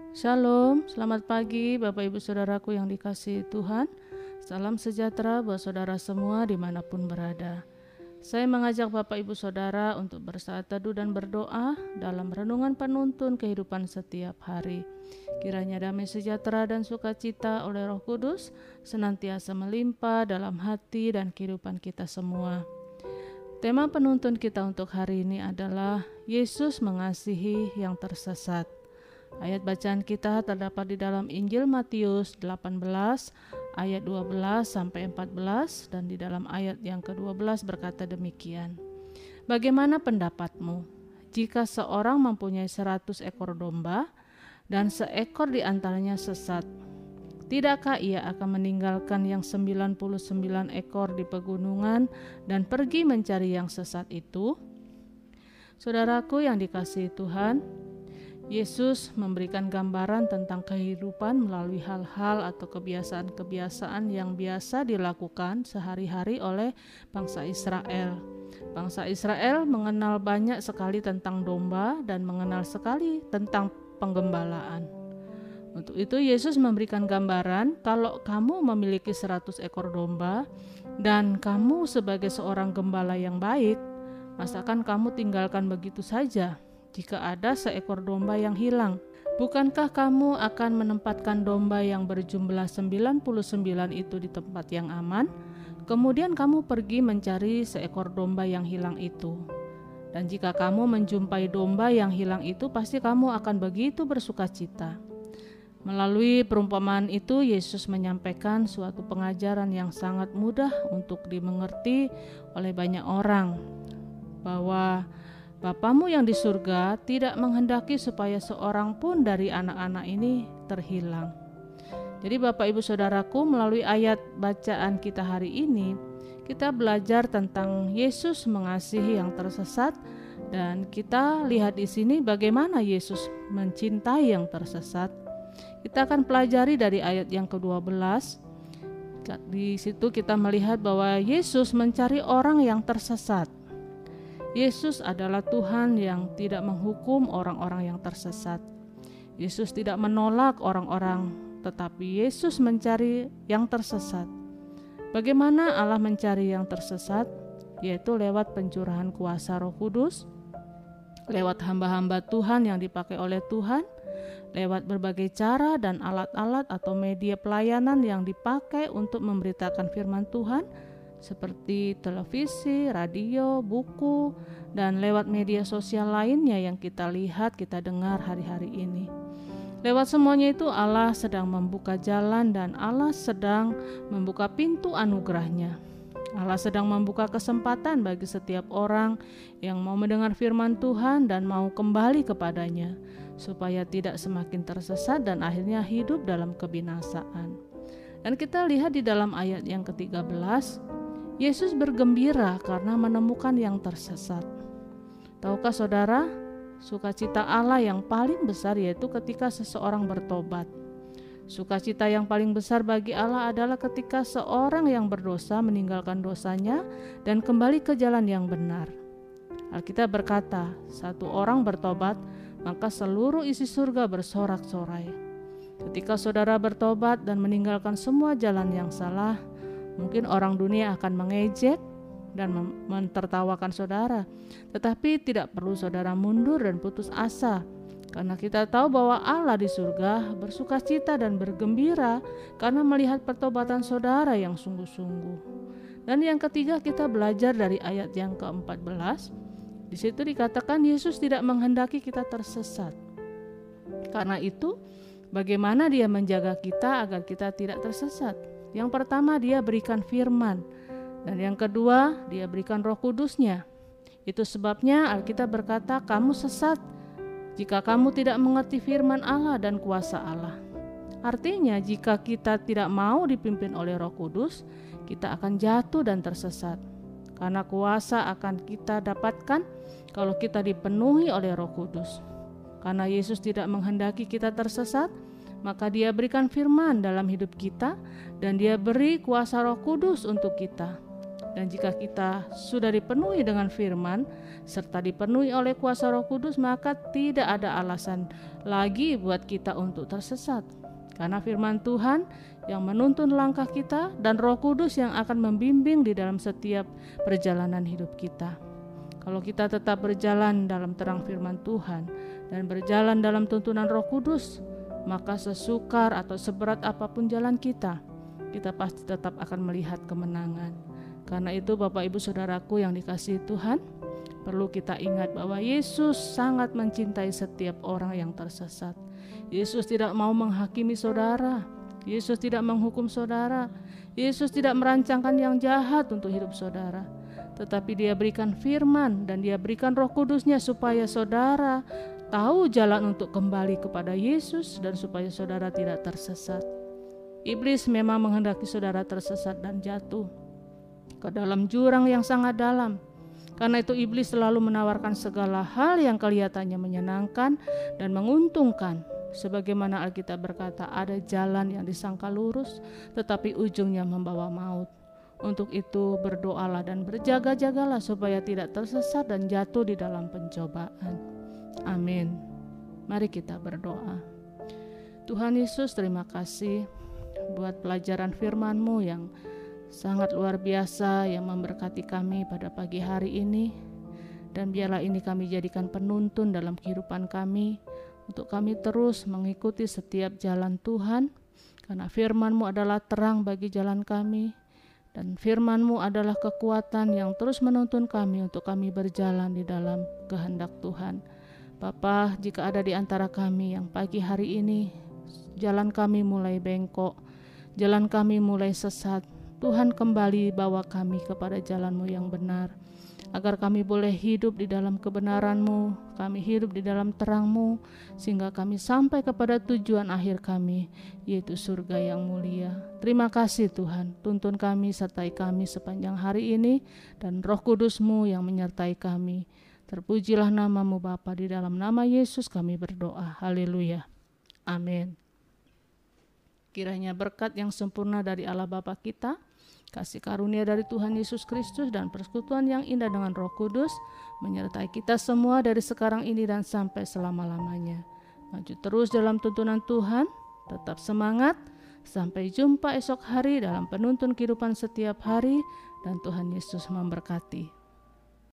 Shalom, selamat pagi Bapak Ibu Saudaraku yang dikasihi Tuhan. Salam sejahtera buat saudara semua dimanapun berada. Saya mengajak Bapak Ibu Saudara untuk bersaat teduh dan berdoa dalam renungan penuntun kehidupan setiap hari. Kiranya damai sejahtera dan sukacita oleh Roh Kudus senantiasa melimpah dalam hati dan kehidupan kita semua. Tema penuntun kita untuk hari ini adalah Yesus mengasihi yang tersesat. Ayat bacaan kita terdapat di dalam Injil Matius 18 ayat 12 sampai 14 dan di dalam ayat yang ke-12 berkata demikian. Bagaimana pendapatmu jika seorang mempunyai 100 ekor domba dan seekor di antaranya sesat? Tidakkah ia akan meninggalkan yang 99 ekor di pegunungan dan pergi mencari yang sesat itu? Saudaraku yang dikasihi Tuhan, Yesus memberikan gambaran tentang kehidupan melalui hal-hal atau kebiasaan-kebiasaan yang biasa dilakukan sehari-hari oleh bangsa Israel. Bangsa Israel mengenal banyak sekali tentang domba dan mengenal sekali tentang penggembalaan. Untuk itu Yesus memberikan gambaran, kalau kamu memiliki 100 ekor domba dan kamu sebagai seorang gembala yang baik, masakan kamu tinggalkan begitu saja jika ada seekor domba yang hilang? Bukankah kamu akan menempatkan domba yang berjumlah 99 itu di tempat yang aman? Kemudian kamu pergi mencari seekor domba yang hilang itu. Dan jika kamu menjumpai domba yang hilang itu, pasti kamu akan begitu bersukacita. Melalui perumpamaan itu, Yesus menyampaikan suatu pengajaran yang sangat mudah untuk dimengerti oleh banyak orang, bahwa Bapamu yang di surga tidak menghendaki supaya seorang pun dari anak-anak ini terhilang. Jadi Bapak Ibu Saudaraku, melalui ayat bacaan kita hari ini, kita belajar tentang Yesus mengasihi yang tersesat, dan kita lihat di sini bagaimana Yesus mencintai yang tersesat. Kita akan pelajari dari ayat yang ke-12. Di situ kita melihat bahwa Yesus mencari orang yang tersesat. Yesus adalah Tuhan yang tidak menghukum orang-orang yang tersesat. Yesus tidak menolak orang-orang, tetapi Yesus mencari yang tersesat. Bagaimana Allah mencari yang tersesat? Yaitu lewat pencurahan kuasa Roh Kudus, lewat hamba-hamba Tuhan yang dipakai oleh Tuhan, lewat berbagai cara dan alat-alat atau media pelayanan yang dipakai untuk memberitakan firman Tuhan, seperti televisi, radio, buku, dan lewat media sosial lainnya yang kita lihat, kita dengar hari-hari ini. Lewat semuanya itu Allah sedang membuka jalan dan Allah sedang membuka pintu anugerahnya. Allah sedang membuka kesempatan bagi setiap orang yang mau mendengar firman Tuhan dan mau kembali kepadanya, supaya tidak semakin tersesat dan akhirnya hidup dalam kebinasaan. Dan kita lihat di dalam ayat yang ke-13, Yesus bergembira karena menemukan yang tersesat. Tahukah saudara, sukacita Allah yang paling besar yaitu ketika seseorang bertobat. Sukacita yang paling besar bagi Allah adalah ketika seorang yang berdosa meninggalkan dosanya dan kembali ke jalan yang benar. Alkitab berkata, satu orang bertobat, maka seluruh isi surga bersorak-sorai. Ketika saudara bertobat dan meninggalkan semua jalan yang salah, mungkin orang dunia akan mengejek dan mentertawakan saudara. Tetapi tidak perlu saudara mundur dan putus asa, karena kita tahu bahwa Allah di surga bersukacita dan bergembira karena melihat pertobatan saudara yang sungguh-sungguh. Dan yang ketiga, kita belajar dari ayat yang ke-14. Di situ dikatakan Yesus tidak menghendaki kita tersesat. Karena itu, bagaimana Dia menjaga kita agar kita tidak tersesat? Yang pertama, Dia berikan firman, dan yang kedua, Dia berikan Roh Kudus-Nya. Itu sebabnya Alkitab berkata, kamu sesat jika kamu tidak mengerti firman Allah dan kuasa Allah. Artinya, jika kita tidak mau dipimpin oleh Roh Kudus, kita akan jatuh dan tersesat. Karena kuasa akan kita dapatkan kalau kita dipenuhi oleh Roh Kudus. Karena Yesus tidak menghendaki kita tersesat, maka Dia berikan firman dalam hidup kita dan Dia beri kuasa Roh Kudus untuk kita. Dan jika kita sudah dipenuhi dengan firman serta dipenuhi oleh kuasa Roh Kudus, maka tidak ada alasan lagi buat kita untuk tersesat. Karena firman Tuhan yang menuntun langkah kita dan Roh Kudus yang akan membimbing di dalam setiap perjalanan hidup kita. Kalau kita tetap berjalan dalam terang firman Tuhan dan berjalan dalam tuntunan Roh Kudus, maka sesukar atau seberat apapun jalan kita pasti tetap akan melihat kemenangan. Karena itu Bapak Ibu Saudaraku yang dikasihi Tuhan, perlu kita ingat bahwa Yesus sangat mencintai setiap orang yang tersesat. Yesus tidak mau menghakimi saudara. Yesus tidak menghukum saudara. Yesus tidak merancangkan yang jahat untuk hidup saudara. Tetapi Dia berikan firman dan Dia berikan Roh Kudus-Nya supaya saudara tahu jalan untuk kembali kepada Yesus dan supaya saudara tidak tersesat. Iblis memang menghendaki saudara tersesat dan jatuh ke dalam jurang yang sangat dalam. Karena itu iblis selalu menawarkan segala hal yang kelihatannya menyenangkan dan menguntungkan. Sebagaimana Alkitab berkata, ada jalan yang disangka lurus tetapi ujungnya membawa maut. Untuk itu berdoalah dan berjaga-jagalah supaya tidak tersesat dan jatuh di dalam pencobaan. Amin. Mari kita berdoa. Tuhan Yesus, terima kasih buat pelajaran firman-Mu yang sangat luar biasa yang memberkati kami pada pagi hari ini. Dan biarlah ini kami jadikan penuntun dalam kehidupan kami, untuk kami terus mengikuti setiap jalan Tuhan, karena firman-Mu adalah terang bagi jalan kami, dan firman-Mu adalah kekuatan yang terus menuntun kami untuk kami berjalan di dalam kehendak Tuhan. Bapa, jika ada di antara kami yang pagi hari ini jalan kami mulai bengkok, jalan kami mulai sesat, Tuhan kembali bawa kami kepada jalan-Mu yang benar, agar kami boleh hidup di dalam kebenaran-Mu, kami hidup di dalam terang-Mu, sehingga kami sampai kepada tujuan akhir kami, yaitu surga yang mulia. Terima kasih Tuhan, tuntun kami, sertai kami sepanjang hari ini, dan Roh Kudus-Mu yang menyertai kami. Terpujilah nama-Mu Bapa, di dalam nama Yesus kami berdoa. Haleluya. Amin. Kiranya berkat yang sempurna dari Allah Bapa kita, kasih karunia dari Tuhan Yesus Kristus, dan persekutuan yang indah dengan Roh Kudus menyertai kita semua dari sekarang ini dan sampai selama-lamanya. Maju terus dalam tuntunan Tuhan, tetap semangat. Sampai jumpa esok hari dalam penuntun kehidupan setiap hari, dan Tuhan Yesus memberkati.